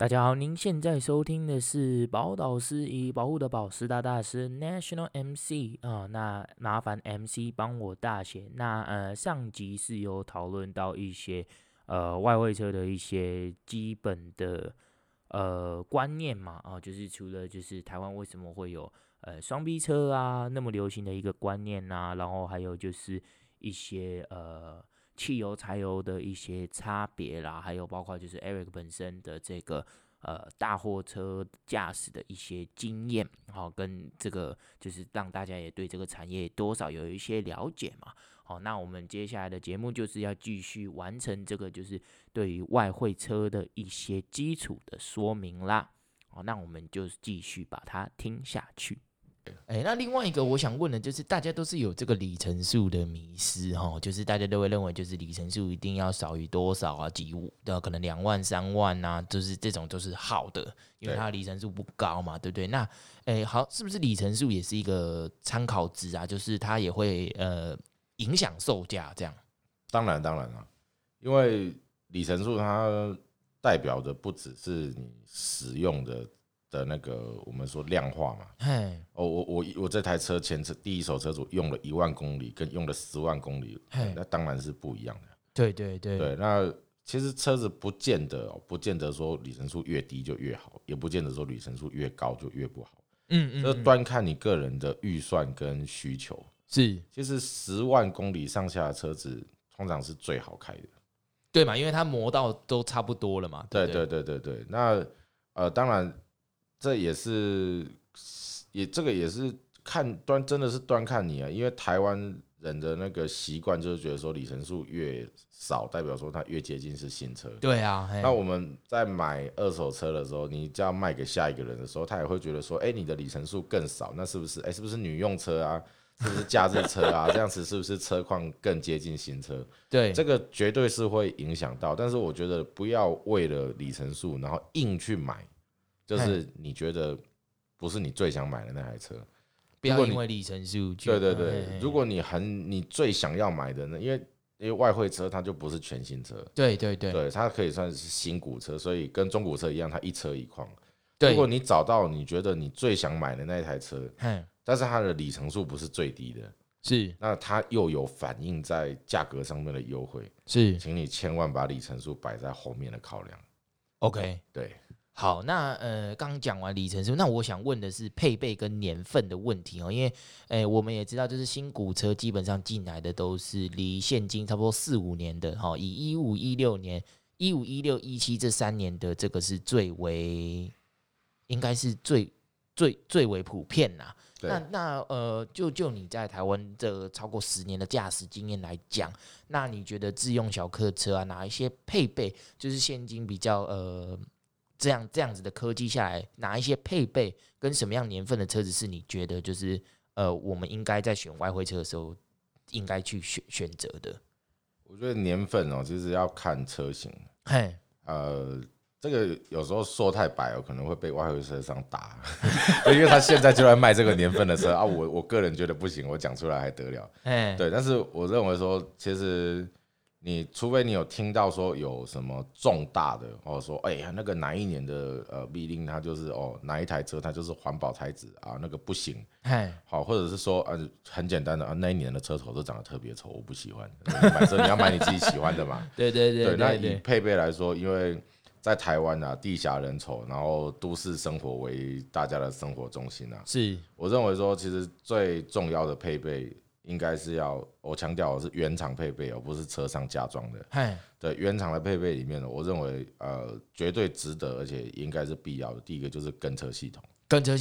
大家好，您现在收听的是宝岛司仪保护的保师大大师 National MC 那麻烦 MC 帮我大写。上集是有讨论到一些外汇车的一些基本的观念嘛就是除了就是台湾为什么会有双 B 车啊那么流行的一个观念啊，然后还有就是一些汽油、柴油的一些差别啦，还有包括就是 Eric 本身的这个大货车驾驶的一些经验，跟这个就是让大家也对这个产业多少有一些了解嘛。好，那我们接下来的节目就是要继续完成这个就是对于外汇车的一些基础的说明啦。好，那我们就继续把它听下去。那另外一个我想问的就是，大家都是有这个里程数的迷思就是大家都会认为就是里程数一定要少于多少啊，几的可能2万、3万啊，就是这种都是好的，因为它的里程数不高嘛，对不对？那好，是不是里程数也是一个参考值啊？就是它也会影响售价这样？ 当然了，因为里程数它代表的不只是你使用的那个我们说量化嘛。我这台车第一手车主用了1万公里，跟用了10万公里，那当然是不一样的。对，那其实车子不见得说里程数越低就越好，也不见得说里程数越高就越不好。这端看你个人的预算跟需求。 是， 其实10万公里上下的车子通常是最好开的。 对嘛？因为它磨到都差不多了嘛。对。 那当然这也是这个也是真的是端看你啊，因为台湾人的那个习惯就是觉得说里程数越少，代表说它越接近是新车。 对啊。 那我们在买二手车的时候，你这样卖给下一个人的时候，他也会觉得说，你的里程数更少，那是不是女用车啊？是不是假日车啊？这样子是不是车况更接近新车？ 对， 这个绝对是会影响到。但是我觉得不要为了里程数，然后硬去买，就是你觉得不是你最想买的那台车。 不要因为里程数。 对，如果你最想要买的呢，因为外汇车它就不是全新车。 对， 它可以算是新古车，所以跟中古车一样，它一车一况。 对， 如果你找到你觉得你最想买的那一台车，但是它的里程数不是最低的， 是， 那它又有反映在价格上面的优惠， 是， 请你千万把里程数摆在后面的考量。 OK， 对， 好，那刚讲完里程数，那我想问的是配备跟年份的问题因为我们也知道，就是新古车基本上进来的都是离现今差不多4-5年的以15、16年、15、16、17这3年的这个是应该是最为普遍啦。就你在台湾这超过10年的驾驶经验来讲，那你觉得自用小客车啊，哪一些配备就是现今比较这样子的科技下来，哪一些配备跟什么样年份的车子是你觉得就是我们应该在选外汇车的时候应该去选择的？ 我觉得年份其实要看车型。这个有时候说太白可能会被外汇车商打，因为他现在就在卖这个年份的车啊。我个人觉得不行，我讲出来还得了？对，但是我认为说，其实你除非你有听到说有什么重大的，说那个哪一年的密令，它就是哪一台车它就是环保材质啊，那个不行。好，或者是说很简单的那一年的车头都长得特别丑，我不喜欢。你买车你要买你自己喜欢的嘛。 对， 那以配备来说，因为在台湾地狭人稠，然后都市生活为大家的生活中心是我认为说，其实最重要的配备应该是我强调的是原厂配备不是车上加装的。对，原厂的配备里面我认为绝对值得，而且应该是必要的。第一个就是跟车系统。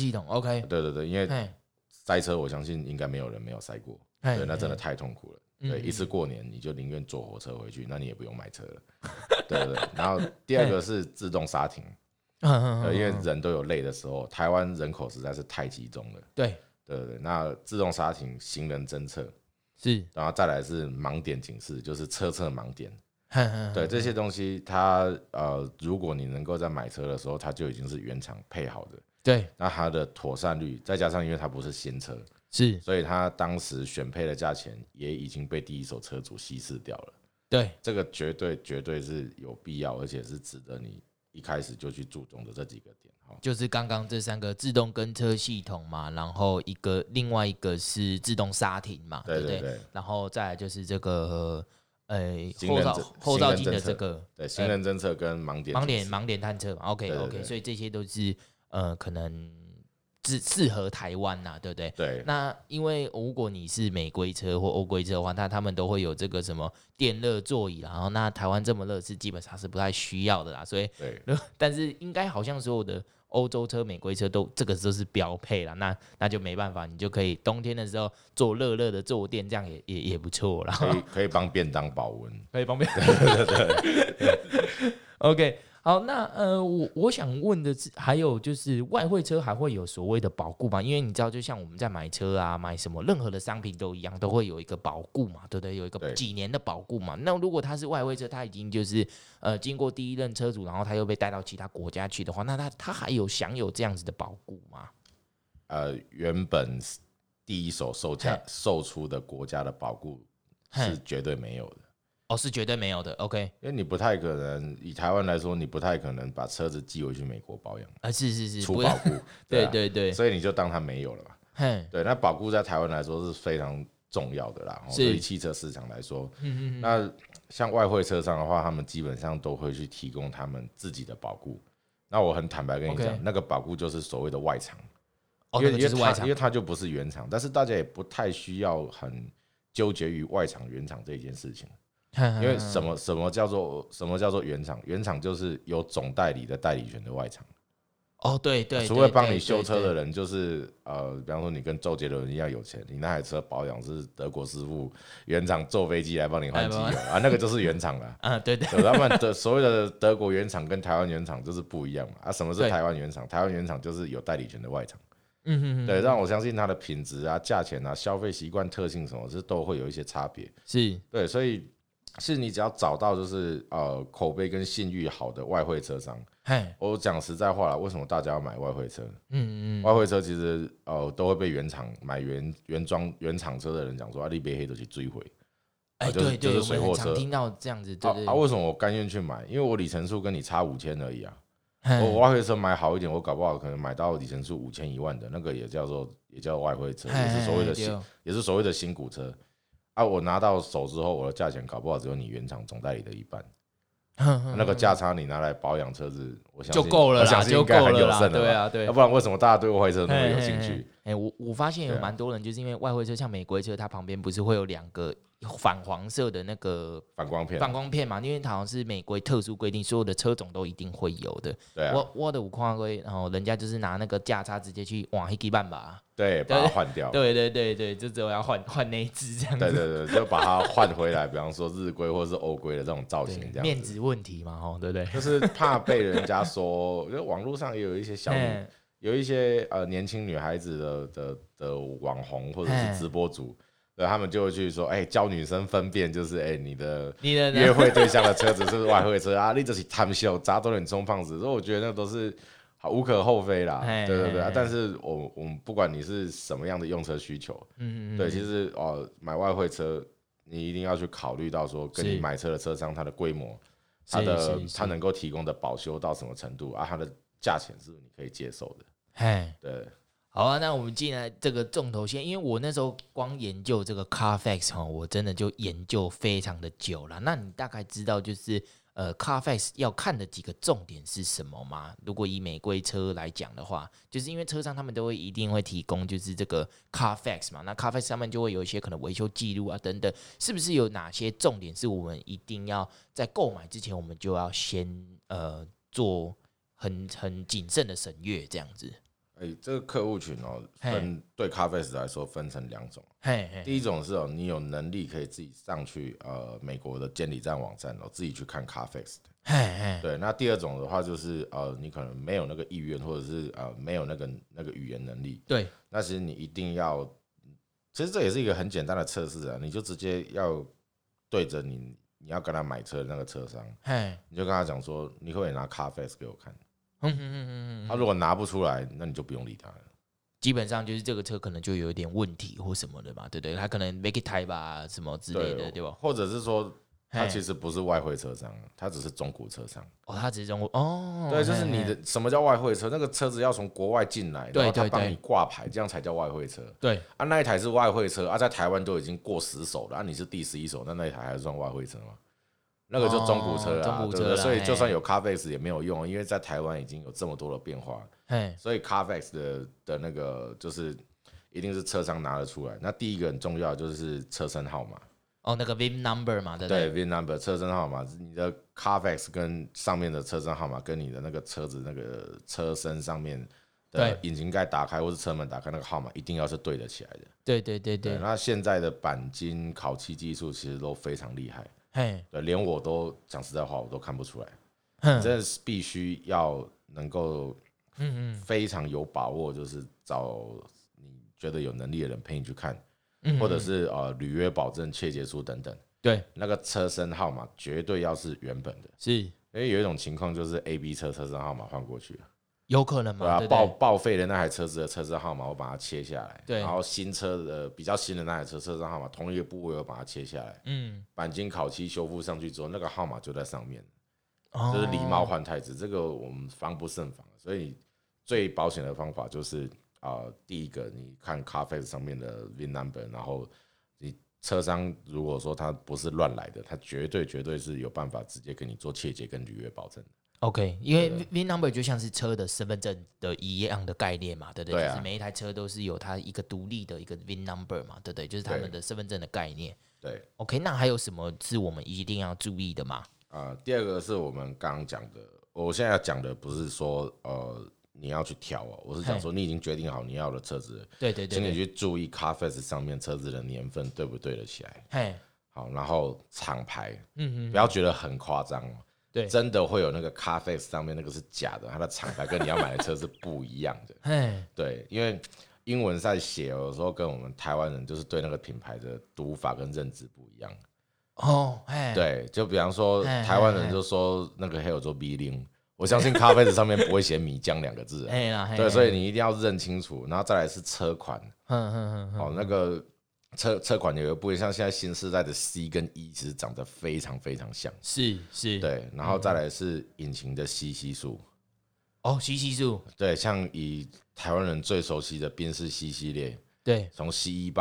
OK。 对，因为塞车我相信应该没有人没有塞过。对，那真的太痛苦了。对，一次过年你就宁愿坐火车回去，那你也不用买车了。对，然后第二个是自动刹停。因为人都有累的时候，台湾人口实在是太集中了。对，那自动刹停、行人侦测是，然后再来是盲点警示，就是车侧盲点。对，这些东西它如果你能够在买车的时候，它就已经是原厂配好的。对，那它的妥善率，再加上因为它不是新车，是，所以它当时选配的价钱也已经被第一手车主稀释掉了。对，这个绝对是有必要，而且是值得你一开始就去注重的这几个点。 就是刚刚这3个自动跟车系统嘛，然后另外一个是自动刹停嘛，对不对？然后再来就是这个后照镜的这个对行人侦测跟盲点探测嘛。OK， 所以这些都是可能适合台湾呐，对不对？ 对。 那因为如果你是美规车或欧规车的话，他们都会有这个什么电热座椅啦，然后那台湾这么热是基本上是不太需要的啦，所以但是应该好像所有的欧洲车、美规车这个都是标配啦，那就没办法，你就可以冬天的时候做热的坐垫，这样也不错啦。 可以帮便当保温， 可以帮便当。对。OK， 好，那我想问的是，还有就是外汇车还会有所谓的保固吗？因为你知道，就像我们在买车啊，买什么任何的商品都一样，都会有一个保固嘛，对不对？有一个几年的保固嘛。那如果它是外汇车，它已经就是经过第一任车主，然后他又被带到其他国家去的话，那他还有享有这样子的保固吗？ 原本第一手售出的国家的保固是绝对没有的。 是绝对没有的。OK， 因为你不太可能，以台湾来说，你不太可能把车子寄回去美国保养是出保固。 对， 所以你就当它没有了嘛。对，那保固在台湾来说是非常重要的啦。对于汽车市场来说，那像外汇车商的话，他们基本上都会去提供他们自己的保固。那我很坦白跟你讲，那个保固就是所谓的外厂。因为它就不是原厂，但是大家也不太需要很纠结于外厂原厂这件事情。因为什么叫做原厂？原厂就是有总代理的代理权的外厂。 对， 除了帮你修车的人，就是比方说你跟周杰伦一样有钱，你那台车保养是德国师傅原厂坐飞机来帮你换机油啊，那个就是原厂了。 对， 他们的所谓的德国原厂跟台湾原厂就是不一样嘛。什么是台湾原厂？台湾原厂就是有代理权的外厂。对，让我相信它的品质啊、价钱啊、消费习惯、特性什么，这都会有一些差别。对，所以是你只要找到就是口碑跟信誉好的外汇车商。我讲实在话啦，为什么大家要买外汇车？外汇车其实都会被原厂买原厂车的人讲说，你别黑都去追回。就是水货车。我们很常听到这样子。 为什么我甘愿去买？因为我里程数跟你差5000而已啊。我外汇车买好一点，我搞不好可能买到里程数5000、10000的那个也叫外汇车，也是所谓的新古车。我拿到手之后，我的价钱搞不好只有你原厂总代理的一半。那个价差你拿来保养车子，我相信就够了啦， 我相信应该很有剩了。 对， 要不然为什么大家对外汇车那么有兴趣？ 我发现有蛮多人就是因为外汇车，像美规车，它旁边不是会有2个反黄色的那个反光片嘛，因为它好像是美规特殊规定，所有的车种都一定会有的。 对啊， 我的有看过，然后人家就是拿那个价差直接去往黑基板吧， 对，把它换掉。 对，就只有要换那一只这样子。 对，就把它换回来，比方说日规或是欧规的这种造型，这样面子问题嘛，对不对？ 就是怕被人家说，因为网络上也有一些有一些年轻女孩子的网红或者是直播主。对，他们就会去说，教女生分辨，就是你的约会对象的车子是不是外汇车啊？你就是贪秀，砸多点中胖子，所以我觉得那都是无可厚非啦。对，但是我们不管你是什么样的用车需求，对，其实买外汇车，你一定要去考虑到说，跟你买车的车商它的规模，它能够提供的保修到什么程度啊？它的价钱是不是你可以接受的？对。 好啊，那我们进来这个重头戏，因为我那时候光研究这个 Carfax 我真的就研究非常的久了。那你大概知道就是Carfax 要看的几个重点是什么吗？如果以美规车来讲的话，就是因为车商他们都一定会提供就是这个 Carfax 嘛，那 Carfax 上面就会有一些可能维修记录啊等等，是不是有哪些重点是我们一定要在购买之前我们就要先做很谨慎的审阅这样子？ 这个客户群对 Carfax 来说分成2种。第一种是你有能力可以自己上去美国的监理站网站自己去看 Carfax 的。对，那第二种的话就是你可能没有那个意愿，或者是没有那个语言能力。 对， 那其实你一定要，其实这也是一个很简单的测试啊，你就直接要对着你要跟他买车的那个车商，你就跟他讲说，你可不可以拿 Carfax 给我看？他如果拿不出来，那你就不用理他了。 基本上就是这个车可能就有一点问题或什么的嘛，对不对？他可能没给胎吧，什么之类的，对吧？ 或者是说它其实不是外汇车商，它只是中古车商。 它只是中古哦。 对，就是你的什么叫外汇车？那个车子要从国外进来，然后他帮你挂牌，这样才叫外汇车。 对啊，那一台是外汇车啊，在台湾都已经过10手了啊，你是第11手，那一台还算外汇车吗？那个就中古车啊，对不对？所以就算有 Carfax 也没有用，因为在台湾已经有这么多的变化，所以 Carfax 的那个就是一定是车商拿得出来。那第一个很重要就是车身号码。 那个 VIN number 嘛，对不对？对 ，VIN number 车身号码，你的 Carfax 跟上面的车身号码跟你的那个车子那个车身上面的引擎盖打开或是车门打开那个号码一定要是对得起来的。 对。 那现在的钣金烤漆技术其实都非常厉害，对，连我都讲实在话我都看不出来，你真的是必须要能够非常有把握，就是找你觉得有能力的人陪你去看。或者是履约保证、切结书等等， 对， 那个车身号码绝对要是原本的， 是， 因为有一种情况就是 A、B 车身号码换过去了， 有可能嘛？ 对啊，报废的那台车子的车身号码我把它切下来， 对， 然后新车的比较新的那台车身号码同一个部位我把它切下来，钣金烤漆修复上去之后，那个号码就在上面，就是狸猫换太子，这个我们防不胜防，所以最保险的方法就是。第一个，你看 Carfax 上面的 VIN number， 然后你车商如果说他不是乱来的，他绝对是有办法直接跟你做切结跟履约保证的。 OK， 因为 VIN number 就像是车的身份证的一样的概念嘛，对不对？就是每一台车都是有它一个独立的一个 VIN number 嘛，对不对？就是他们的身份证的概念。 对 ，OK， 那还有什么是我们一定要注意的吗？ 第二个是我们刚刚讲的，我现在要讲的不是说你要去挑我是讲说你已经决定好你要的车子， 对， 请你去注意 Carfax 上面车子的年份对不对得起来，好，然后厂牌，不要觉得很夸张哦，对，真的会有那个 Carfax 上面那个是假的，它的厂牌跟你要买的车是不一样的，对，因为英文在写有时候跟我们台湾人就是对那个品牌的读法跟认知不一样，对，就比方说台湾人就说那个还有做 B 零。我相信咖啡子上面不会写米浆2个字，对，所以你一定要认清楚，然后再来是车款，那个车款有一个不一样，像现在新世代的 C 跟 E 其实长得非常非常像， 是， 对，然后再来是引擎的 CC 数 ，CC 数， 对，像以台湾人最熟悉的宾士 C 系列， 对， 从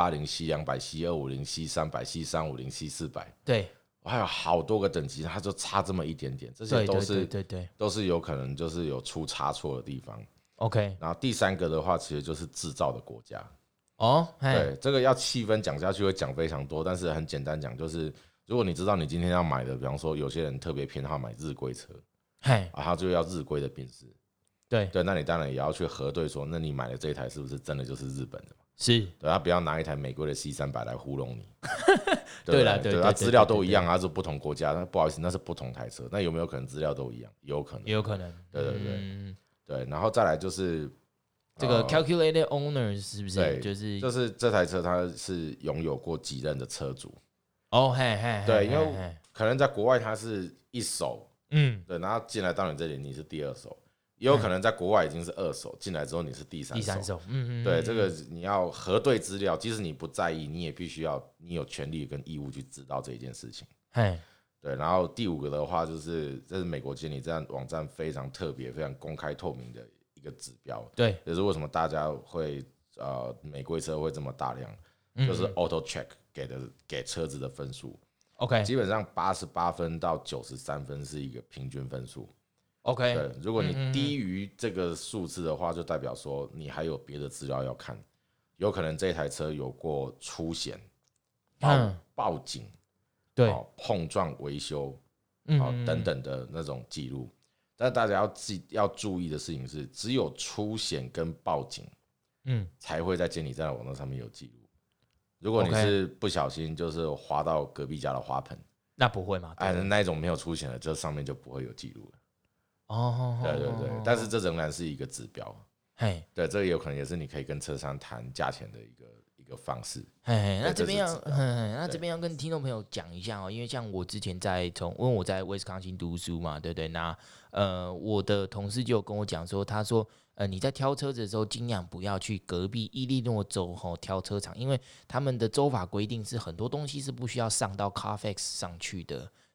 C180、C250、C300、C350、C400，对。还有好多个等级，它就差这么一点点，这些都是有可能就是有出差错的地方。 OK， 然后第3个的话，其实就是制造的国家。对，这个要细分讲下去会讲非常多，但是很简单讲，就是如果你知道你今天要买的，比方说有些人特别偏好买日规车，他就要日规的宾士。对，那你当然也要去核对说，那你买的这一台是不是真的就是日本的？是，对，他不要拿一台美国的 C300来糊弄你。对啦，对，他资料都一样，它是不同国家，那不好意思，那是不同台车，那有没有可能资料都一样？有可能， 也有可能。 对，然后再来就是这个 calculated owners 是不是？ 对，就是这台车它是拥有过几任的车主。对，因为可能在国外它是1手，对，然后进来到你这里你是第2手。也有可能在国外已经是2手，进来之后你是第3手。对，这个你要核对资料，即使你不在意，你也必须要，你有权利跟义务去知道这一件事情。对，然后第5个的话，就是这是美国监理站网站非常特别、非常公开透明的一个指标。对，就是为什么大家会美规车会这么大量，就是 Auto Check 给车子的分数。OK， 基本上88分到93分是一个平均分数。OK， 对，如果你低于这个数字的话，就代表说你还有别的资料要看，有可能这台车有过出险、报警、对，碰撞、维修，等等的那种记录。但大家要注意的事情是，只有出险跟报警，才会在监理站的网站上面有记录。如果你是不小心就是滑到隔壁家的花盆，那不会嘛？那一种没有出险的，这上面就不会有记录了。对，但是这仍然是一个指标。对，这个有可能也是你可以跟车商谈价钱的一个方式。 那这边要跟听众朋友讲一下因为像我之前因为我在威斯康星读书嘛，对不对？那我的同事就有跟我讲说，他说你在挑车子的时候，尽量不要去隔壁伊利诺州挑车厂，因为他们的州法规定是很多东西是不需要上到 Carfax 上去的。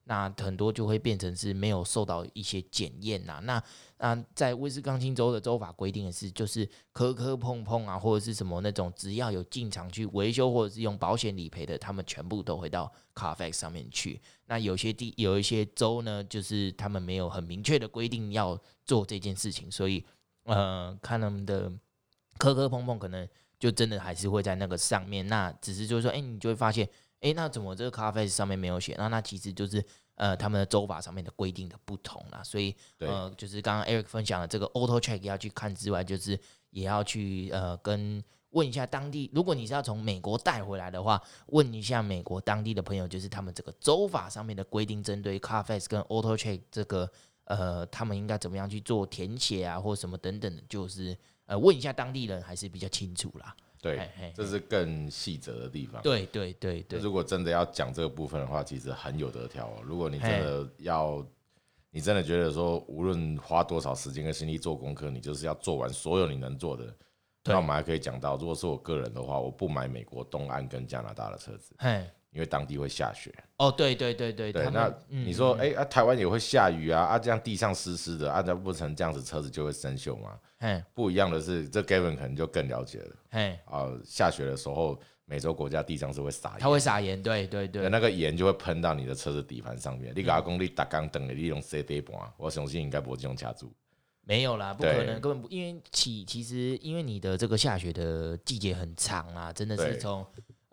那很多就会变成是没有受到一些检验呐。那在威斯康星州的州法规定的是，就是磕碰啊，或者是什么那种，只要有进场去维修或者是用保险理赔的，他们全部都会到 Carfax 上面去。那有一些州呢，就是他们没有很明确的规定要做这件事情，所以看他们的磕碰可能就真的还是会在那个上面。那只是就是说，你就会发现，那怎么这个 Carfax 上面没有写？那其实就是他们的州法上面的规定的不同啦。所以就是刚刚 Eric 分享的这个 Auto Check 要去看之外，就是也要去问一下当地，如果你是要从美国带回来的话，问一下美国当地的朋友，就是他们这个州法上面的规定，针对 Carfax 跟 Auto Check 这个他们应该怎么样去做填写啊，或什么等等的，就是问一下当地人还是比较清楚啦。 对，这是更细则的地方。 对。 如果真的要讲这个部分的话，其实很有得挑。如果你真的你真的觉得说，无论花多少时间跟心力做功课，你就是要做完所有你能做的。那我们还可以讲到，如果是我个人的话，我不买美国东岸跟加拿大的车子，因为当地会下雪。 对， 那你说，台湾也会下雨啊，这样地上湿湿的，那不成这样子车子就会生锈吗？不一样的是，这 Gavin 可能就更了解了。下雪的时候，美洲国家地上是会撒盐， 它会撒盐，对， 那个盐就会喷到你的车子底盘上面。你跟他讲你打钢灯的，你用洗底盘，我相信应该不会这种卡住。 没有啦，不可能，根本不，因为其实因为你的这个下雪的季节很长啦，真的是从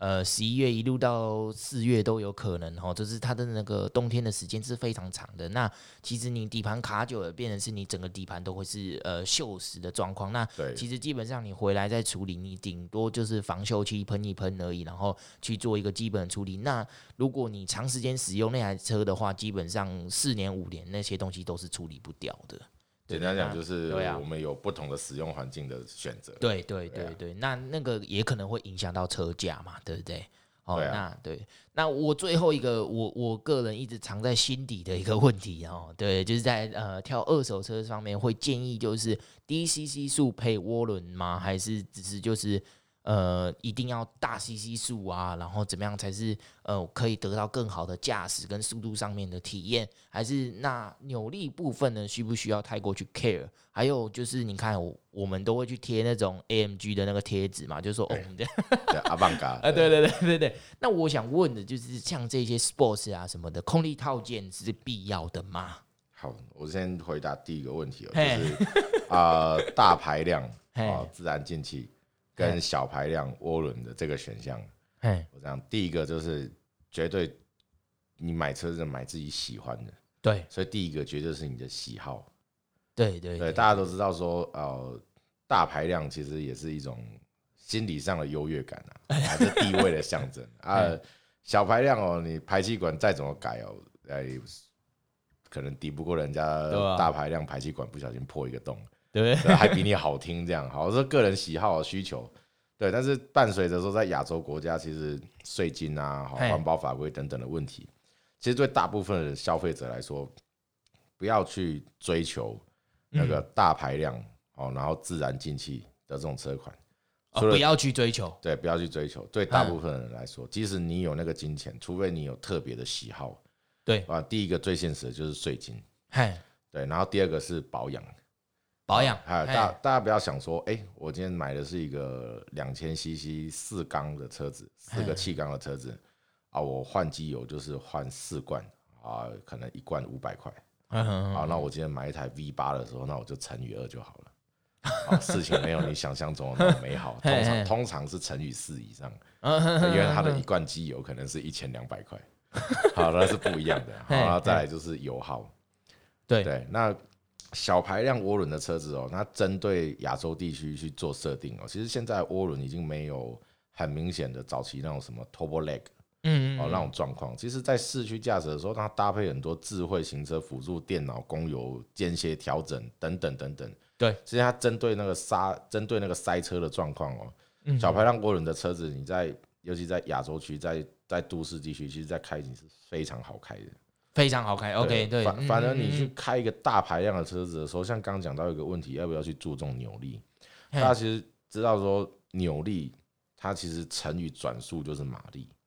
11月一路到4月都有可能就是它的那个冬天的时间是非常长的。那其实你底盘卡久了，变成是你整个底盘都会是锈蚀的状况。那其实基本上你回来再处理，你顶多就是防锈漆喷一喷而已，然后去做一个基本的处理。那如果你长时间使用那台车的话，基本上4年5年那些东西都是处理不掉的。 简单讲就是我们有不同的使用环境的选择。 对，那个也可能会影响到车价嘛，对不对？那我最后一个我个人一直藏在心底的一个问题对，就是在挑二手车上面会建议就是低 CC 数配涡轮吗？还是只是就是一定要大 CC 数啊，然后怎么样才是可以得到更好的驾驶跟速度上面的体验？还是那扭力部分呢，需不需要太过去 care？ 还有就是你看我们都会去贴那种 AMG 的那个贴纸嘛，就是说我们阿棒嘎对。那我想问的就是像这些 sports 啊什么的，空力套件是必要的吗？ 好，我先回答第一个问题就是大排量自然进气跟小排量涡轮的这个选项，我这样，第一个就是绝对你买车是买自己喜欢的， 对， 所以第一个绝对是你的喜好， 对， 大家都知道说大排量其实也是一种心理上的优越感这地位的象征小排量你排气管再怎么改可能抵不过人家大排量排气管不小心破一个洞。对，还比你好听，这样好，这个人喜好需求，对，但是伴随着说在亚洲国家，其实税金环保法规等等的问题，其实对大部分的消费者来说，不要去追求那个大排量然后自然进气的这种车款， 不要去追求， 对，不要去追求。对大部分人来说，即使你有那个金钱，除非你有特别的喜好， 对第一个最现实的就是税金，对，然后第二个是保养。大家不要想说，我今天买的是一个2000cc 4缸的车子，4个气缸的车子我换机油就是换4罐可能1罐500块，好，那我今天买一台 V8 的时候，那我就乘以2就好了。事情没有你想象中的那么美好，通常是乘以4以上，因为它的1罐机油可能是1200块，好，那是不一样的。好，然后再来就是油耗，对，那小排量涡轮的车子它针对亚洲地区去做设定其实现在涡轮已经没有很明显的早期那种什么 turbo lag 那种状况。其实在市区驾驶的时候，它搭配很多智慧行车辅助电脑、供油间歇调整等等等等。 对， 其实它针对那个塞车的状况小排量涡轮的车子，尤其在亚洲区，在都市地区，其实在开起是非常好开的。 非常好开 ，OK， 对。 反而你去开一个大排量的车子的时候，像刚刚讲到一个问题，要不要去注重扭力？大家其实知道说扭力，它其实乘以转速就是马力。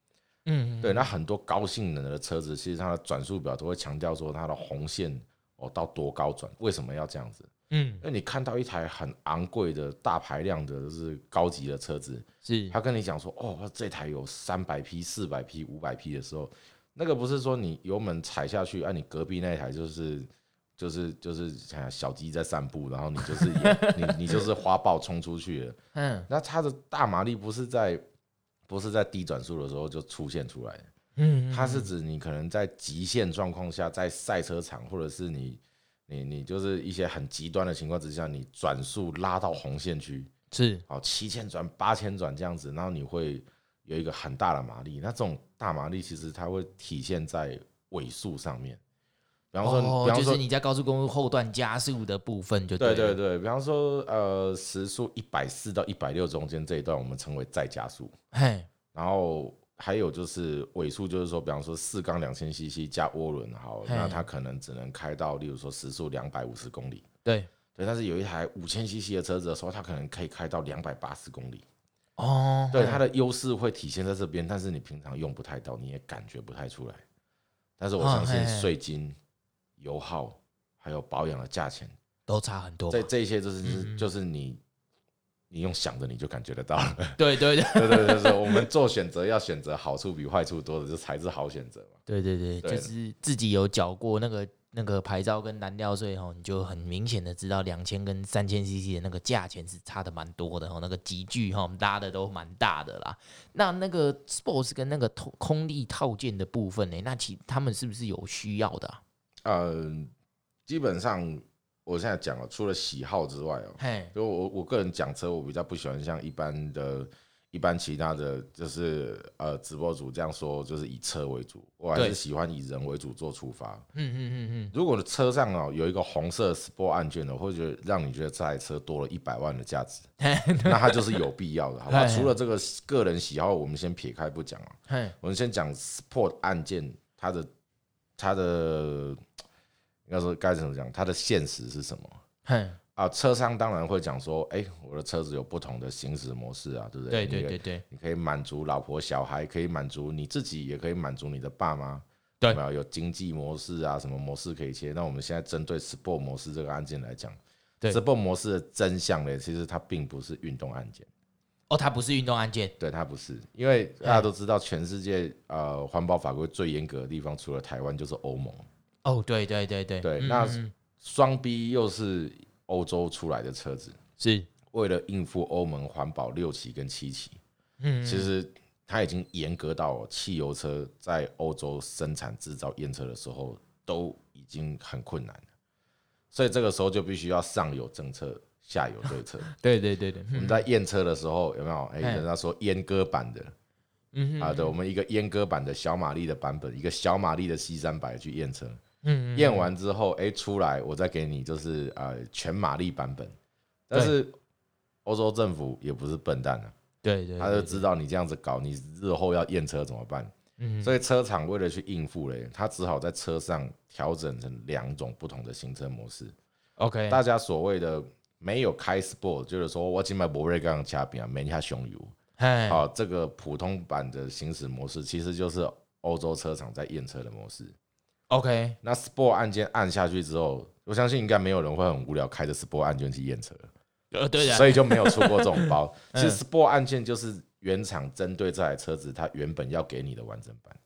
对，那很多高性能的车子，其实它的转速表都会强调说它的红线到多高转，为什么要这样子？因为你看到一台很昂贵的大排量的，就是高级的车子，他跟你讲说，这台有300匹、400匹、500匹的时候，那个不是说你油门踩下去，你隔壁那台就是小鸡在散步，然后你就是你就是花豹冲出去了。那它的大马力不是在低转速的时候就出现出来的。它是指你可能在极限状况下，在赛车场或者是你就是一些很极端的情况之下，你转速拉到红线区， 是 7000转、8000转这样子，然后你会有一个很大的马力。那这种大马力其实它会体现在尾速上面。比方说， 就是你在高速公路后段加速的部分就对了。 对对对，比方说时速140到160中间这一段，我们称为再加速。然后还有就是尾速，就是说，比方说4缸2000cc 加涡轮，好，那它可能只能开到，例如说时速250公里。 对， 但是有一台5000cc 的车子的时候，它可能可以开到280公里。 哦， 对，它的优势会体现在这边，但是你平常用不太到，你也感觉不太出来。但是我相信税金、油耗还有保养的价钱都差很多。 这些就是你用想的你就感觉得到了。 对对对对对对，就是我们做选择要选择好处比坏处多的，这才是好选择嘛。 对对对，就是自己有缴过那个牌照跟燃料税你就很明显的知道2000跟3000cc 的那个价钱是差的蛮多的那个集聚拉的都蛮大的啦。那个 Sports 跟那个空力套件的部分呢，那他们是不是有需要的基本上我现在讲了，除了喜好之外就我个人讲车，我比较不喜欢像一般其他的就是直播主这样说，就是以车为主，我还是喜欢以人为主做出发。如果车上有一个红色 Sport 按键的，或者让你觉得这台车多了100万的价值，那它就是有必要的，好吧？除了这个个人喜好，我们先撇开不讲我们先讲 Sport 按键，它的应该说该怎么讲，它的现实是什么？车商当然会讲说，我的车子有不同的行驶模式啊，对不对？ 对， 你可以满足老婆小孩，可以满足你自己，也可以满足你的爸妈。 对， 有经济模式啊，什么模式可以切？那我们现在针对 Sport 模式这个按键来讲，Sport 模式的真相呢，其实它并不是运动按键。 它不是运动按键。 对，它不是，因为大家都知道，全世界环保法规最严格的地方，除了台湾就是欧盟。 对， 那双 B 又是欧洲出来的车子， 是为了应付欧盟环保6期跟7期，其实它已经严格到汽油车在欧洲生产制造验车的时候都已经很困难了，所以这个时候就必须要上有政策，下有对策。 对， 我们在验车的时候有没有？人家说阉割版的。对，我们一个阉割版的小马力的版本，一个小马力的 C300去验车。验完之后，出来我再给你就是全马力版本。但是欧洲政府也不是笨蛋对， 他就知道你这样子搞，你日后要验车怎么办？所以车厂为了去应付他只好在车上调整成2种不同的行车模式。 OK， 大家所谓的没有开 Sport， 就是说我今买不会刚掐边没下熊油。这个普通版的行驶模式其实就是欧洲车厂在验车的模式。 OK， 那 Sport 按键按下去之后，我相信应该没有人会很无聊开着 Sport 按键去验车。 对的， 所以就没有出过这种包。其实 Sport 按键就是原厂针对这台车子它原本要给你的完整版。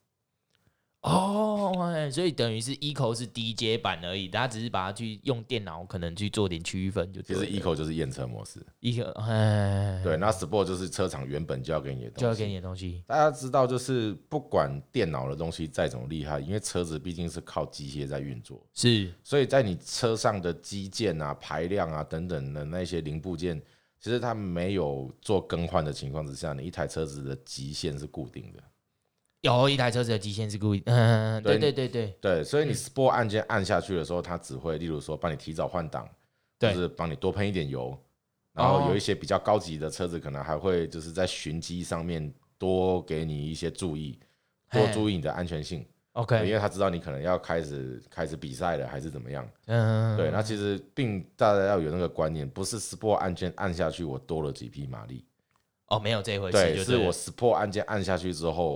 所以等于是 Eco 是低阶版而已，大家只是把它去用电脑可能去做点区分就对了。 其实 Eco 就是验车模式。 Eco， 对，那 Sport 就是车厂原本就要给你的东西。大家知道，就是不管电脑的东西再怎么厉害，因为车子毕竟是靠机械在运作，所以在你车上的机件啊、排量啊等等的那些零部件，其实它没有做更换的情况之下，你一台车子的极限是固定的。 有一台车子的极限是固定，对， 所以你 Sport 按键按下去的时候，它只会例如说帮你提早换挡，就是帮你多喷一点油，然后有一些比较高级的车子可能还会就是在循迹上面多给你一些注意，多注意你的安全性。 OK， 因为他知道你可能要开始比赛了，还是怎么样。对，那其实大家要有那个观念，不是 Sport 按键按下去我多了几匹马力。 没有这回事。 对，是我 Sport 按键按下去之后，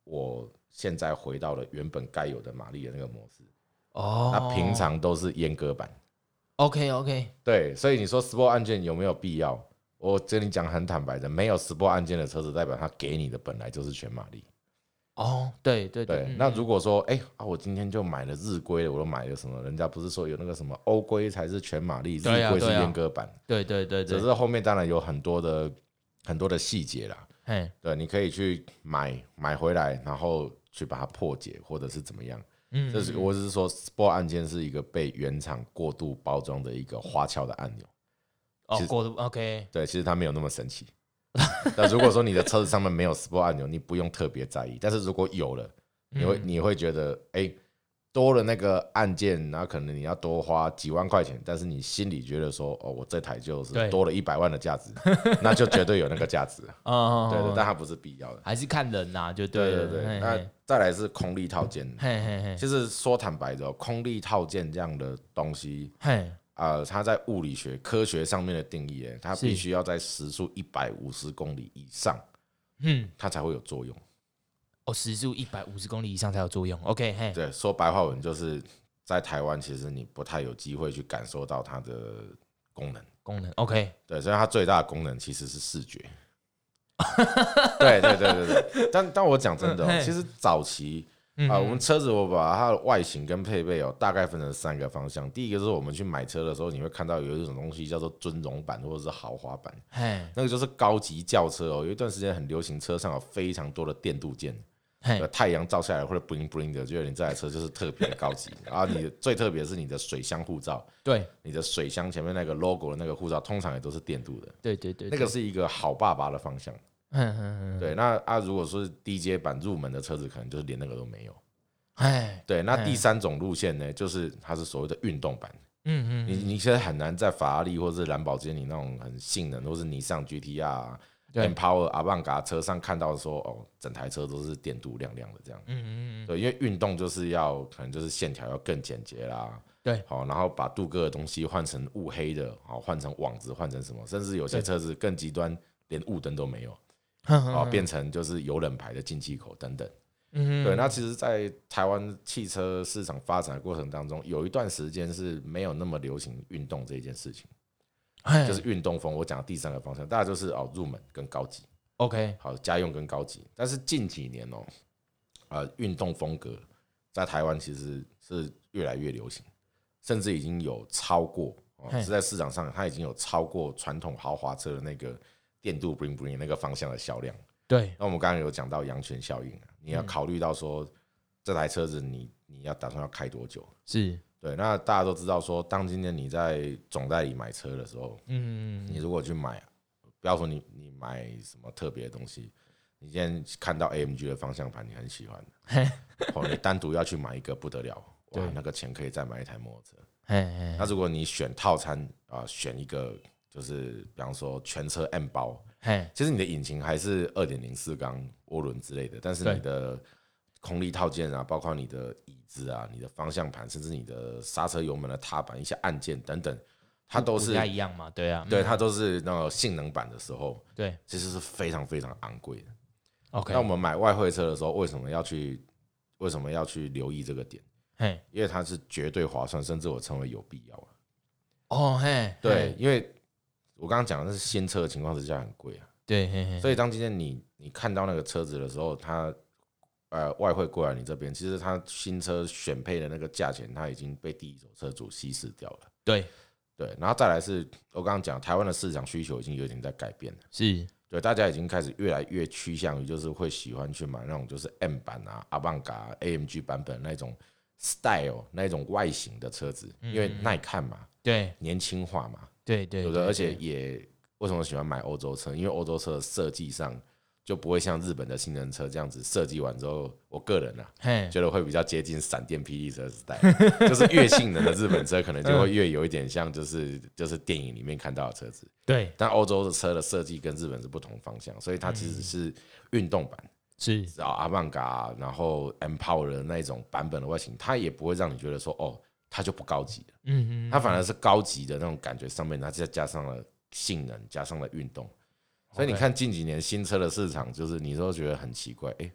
我现在回到了原本该有的马力的那个模式。 哦， 那平常都是阉割版。 OK， 对，所以你说 Sport 按键有没有必要？我跟你讲很坦白的，没有 Sport 按键的车子，代表它给你的本来就是全马力。 哦，对， 那如果说，我今天就买了日规，我都买了什么？人家不是说有那个什么欧规才是全马力，日规是阉割版。 对， 只是后面当然有很多的细节啦。对，你可以去买回来，然后去把它破解，或者是怎么样。我只是说 ，Sport 按键是一个被原厂过度包装的一个花俏的按钮。 过度 OK。 对，其实它没有那么神奇。但如果说你的车子上面没有 Sport 按钮，你不用特别在意。但是如果有了，你会觉得，多了那个按键，然后可能你要多花几万块钱，但是你心里觉得说，我这台就是多了100万的价值，那就绝对有那个价值。对，但它不是必要的， 还是看人呐，就对。 那再来是空力套件。其实说坦白的，空力套件这样的东西，它在物理学科学上面的定义，它必须要在时速150公里以上，它才会有作用。 时速150公里以上才有作用。OK， 对，说白话文就是在台湾，其实你不太有机会去感受到它的功能。 OK， 对，所以它最大的功能其实是视觉。对，但我讲真的，其实早期我们车子我把它的外形跟配备大概分成3个方向。第一个是我们去买车的时候，你会看到有一种东西叫做尊荣版或者是豪华版，那个就是高级轿车有一段时间很流行，车上有非常多的电镀件。太阳照下来或者 bling bling 的，觉得你这台车就是特别高级。然后你最特别的是你的水箱护罩， 对， 你的水箱前面那个 logo 的那个护罩，通常也都是电镀的。 对， 那个是一个好爸爸的方向。对，那如果说是低阶版入门的车子，可能就是连那个都没有。对，那第3种路线呢，就是它是所谓的运动版。你其实很难在法拉利或是兰博基尼那种很性能，或是尼桑 GTR、Empower、Avantgarde 车上看到说，整台车都是电镀亮亮的这样。对，因为运动就是可能就是线条要更简洁啦。 对， 然后把镀铬的东西换成雾黑的，换成网子，换成什么，甚至有些车子更极端，连雾灯都没有，变成就是有冷牌的进气口等等。对，那其实，在台湾汽车市场发展的过程当中，有一段时间是没有那么流行运动这件事情。就是运动风，我讲的第3个方向，大概就是入门跟高级 ，OK， 好，家用跟高级。但是近几年运动风格在台湾其实是越来越流行，甚至已经有超过是在市场上，它已经有超过传统豪华车的那个电镀 bling bling 那个方向的销量。 对， 那我们刚刚有讲到阳泉效应，你要考虑到说这台车子你要打算要开多久？ 是。 对，那大家都知道说，当今天你在总代理买车的时候，你如果去买，不要说你买什么特别的东西，你今天看到 AMG 的方向盘，你很喜欢，你单独要去买一个不得了，哇，那个钱可以再买一台摩托车。那如果你选套餐选一个就是比方说全车 M 包，其实你的引擎还是2.0四缸涡轮之类的，但是你的空力套件包括你的椅子你的方向盘，甚至你的刹车油门的踏板、一些按键等等，它都是不太一样嘛？对啊， 对，它都是那个性能版的时候， 对， 其实是非常非常昂贵的。 OK， 那我们买外汇车的时候，为什么要去留意这个点？因为它是绝对划算，甚至我称为有必要对，因为我刚刚讲的是新车的情况之下很贵对， 所以当今天你看到那个车子的时候，它外汇过来你这边，其实它新车选配的那个价钱，它已经被第一手车主稀释掉了。 对， 然后再来是我刚刚讲，台湾的市场需求已经有点在改变了。 是， 对，大家已经开始越来越趋向于就是会喜欢去买那种就是 M 版Avantgarde、AMG 版本那种 style 那种外形的车子，因为耐看嘛， 对， 年轻化嘛， 对， 而且也为什么喜欢买欧洲车？因为欧洲车的设计上就不会像日本的性能车这样子设计完之后，我个人觉得会比较接近闪电霹雳车时代，就是越性能的日本车可能就会越有一点像就是电影里面看到的车子。 对， 但欧洲的车的设计跟日本是不同方向，所以它其实是运动版， 是 Avantgarde 然后 Empower 的那种版本的外形，它也不会让你觉得说它就不高级了。它反而是高级的那种感觉上面，它再加上了性能，加上了运动。所以你看近几年新车的市场，就是你都觉得很奇怪，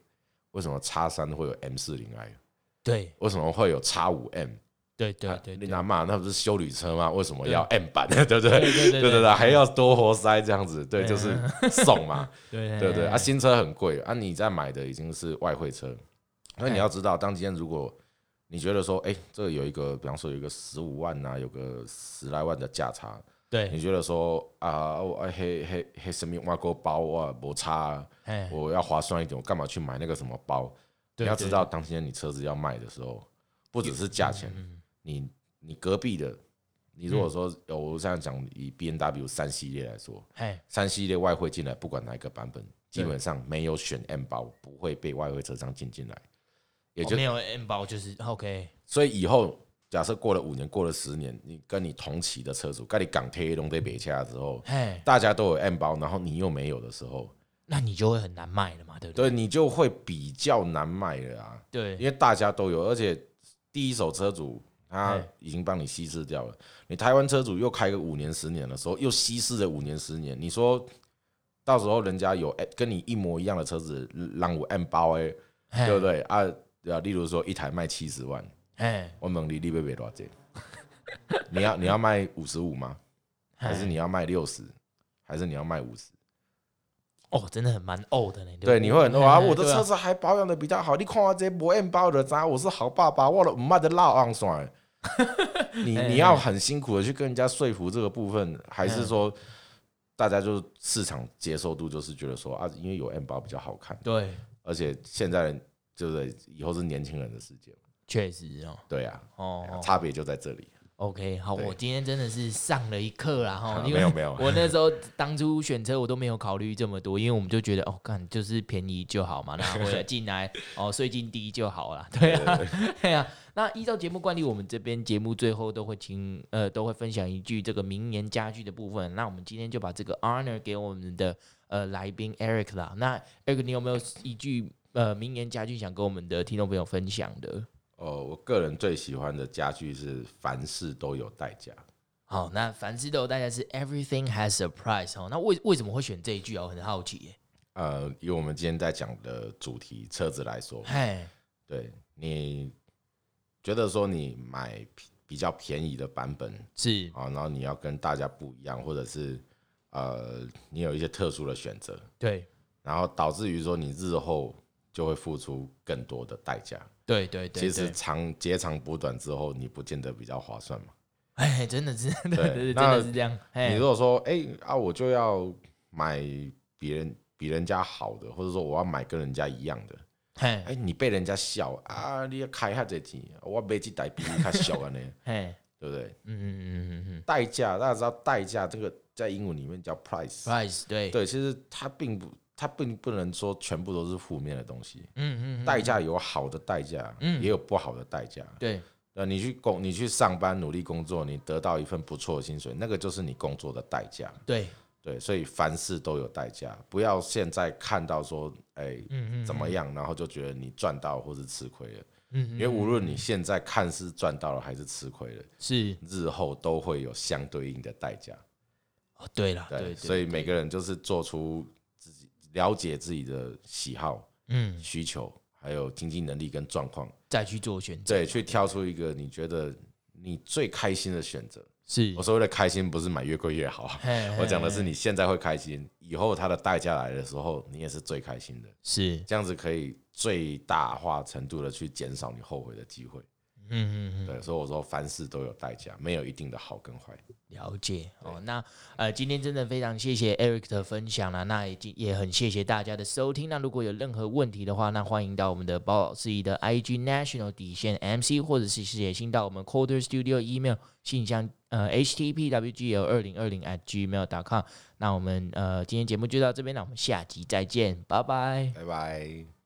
为什么 X3 会有 M40i？ 对， 为什么会有 X5M？ 对对对， 你拿嘛，那不是休旅车吗？为什么要 M 版？对不对？ 对对，还要多活塞这样子，对，就是送嘛，对啊，新车很贵啊，你在买的已经是外汇车，那你要知道，当今天如果你觉得说，这个有一个，比方说有一个15万啊，有个10来万的价差， 对， 你觉得说啊，黑什么挖沟包啊，没差，我要划算一点，我干嘛去买那个什么包？你要知道，当今天你车子要卖的时候，不只是价钱。你隔壁的，你如果说我这样讲，以 B&W 3系列来说，3系列外汇进来，不管哪一个版本，基本上没有选 M 包，不会被外汇车商进来，也就没有 M 包就是 OK。 所以以后假设过了5年，过了10年，你跟你同期的车主，跟你港铁拢在北车之后，大家都有 M 包，然后你又没有的时候， 那你就会很难卖了嘛，对不对？ 对，你就会比较难卖了啊。 对， 因为大家都有，而且第一手车主。他已经帮你稀释掉了。你台湾车主又开个5年10年的时候，又稀释了5年10年。你说到时候人家有跟你一模一样的车子，让我 M 包对不对啊？例如说一台卖70万，我问你要卖多少钱？你要卖55吗？还是你要卖60？还是你要卖50？ 哦，真的很蛮的呢。 对，你会很啊！我的车子还保养的比较好，你看我这没 M 包的，我是好爸爸，我都唔捌得老昂爽。你要很辛苦的去跟人家说服这个部分，还是说大家就市场接受度就是觉得说啊，因为有 M 包比较好看， 对， 而且现在就是以后是年轻人的世界， 确实哦， 对啊，差别就在这里。 OK， 好，我今天真的是上了一课啦哈， 没有， 我那时候当初选车我都没有考虑这么多，因为我们就觉得干就是便宜就好嘛，那回来进来税金低就好啦，对啊，对啊。那依照节目惯例，我们这边节目最后都会分享一句这个名言佳句的部分。那我们今天就把这个 honor 给我们的来宾 Eric 啦。那 Eric， 你有没有一句名言佳句想跟我们的听众朋友分享的？ 我个人最喜欢的佳句是凡事都有代价。 好，那凡事都有代价是 everything has a price。那为什么会选这一句啊？我很好奇耶。 以我们今天在讲的主题车子来说，对，你觉得说你买比较便宜的版本是然后你要跟大家不一样，或者是你有一些特殊的选择， 对， 然后导致于说你日后就会付出更多的代价。 对， 其实截长补短之后，你不见得比较划算嘛。 真的是，对，真的是这样。 你如果说，我就要买比人家好的，或者说我要买跟人家一样的，你被人家笑啊，你要开下这钱，我买这台比你较小的呢，对不对？代价，大家知道代价这个在英文里面叫 price， 对，其实它并不能说全部都是负面的东西。代价有好的代价，也有不好的代价。 对， 你去上班努力工作，你得到一份不错的薪水，那个就是你工作的代价。对，所以凡事都有代价，不要现在看到说，怎么样，然后就觉得你赚到或是吃亏了。因为无论你现在看似赚到了还是吃亏了，日后都会有相对应的代价。 对了， 对，所以每个人就是做出了解自己的喜好、需求，还有经济能力跟状况， 再去做选择， 对，去挑出一个你觉得你最开心的选择。我所谓的开心，不是买越贵越好，我讲的是你现在会开心，以后它的代价来的时候，你也是最开心的。这样子可以最大化程度的去减少你后悔的机会。对，所以我说凡事都有代价，没有一定的好跟坏。 了解那今天真的非常谢谢 Eric 的分享啦，那也很谢谢大家的收听。那如果有任何问题的话，那欢迎到我们的包老师的 IG National _MC， 或者是写信到我们 Quarter Studio email 信箱htpwgl2020@gmail.com。那我们今天节目就到这边了，我们下集再见，拜拜， 拜拜。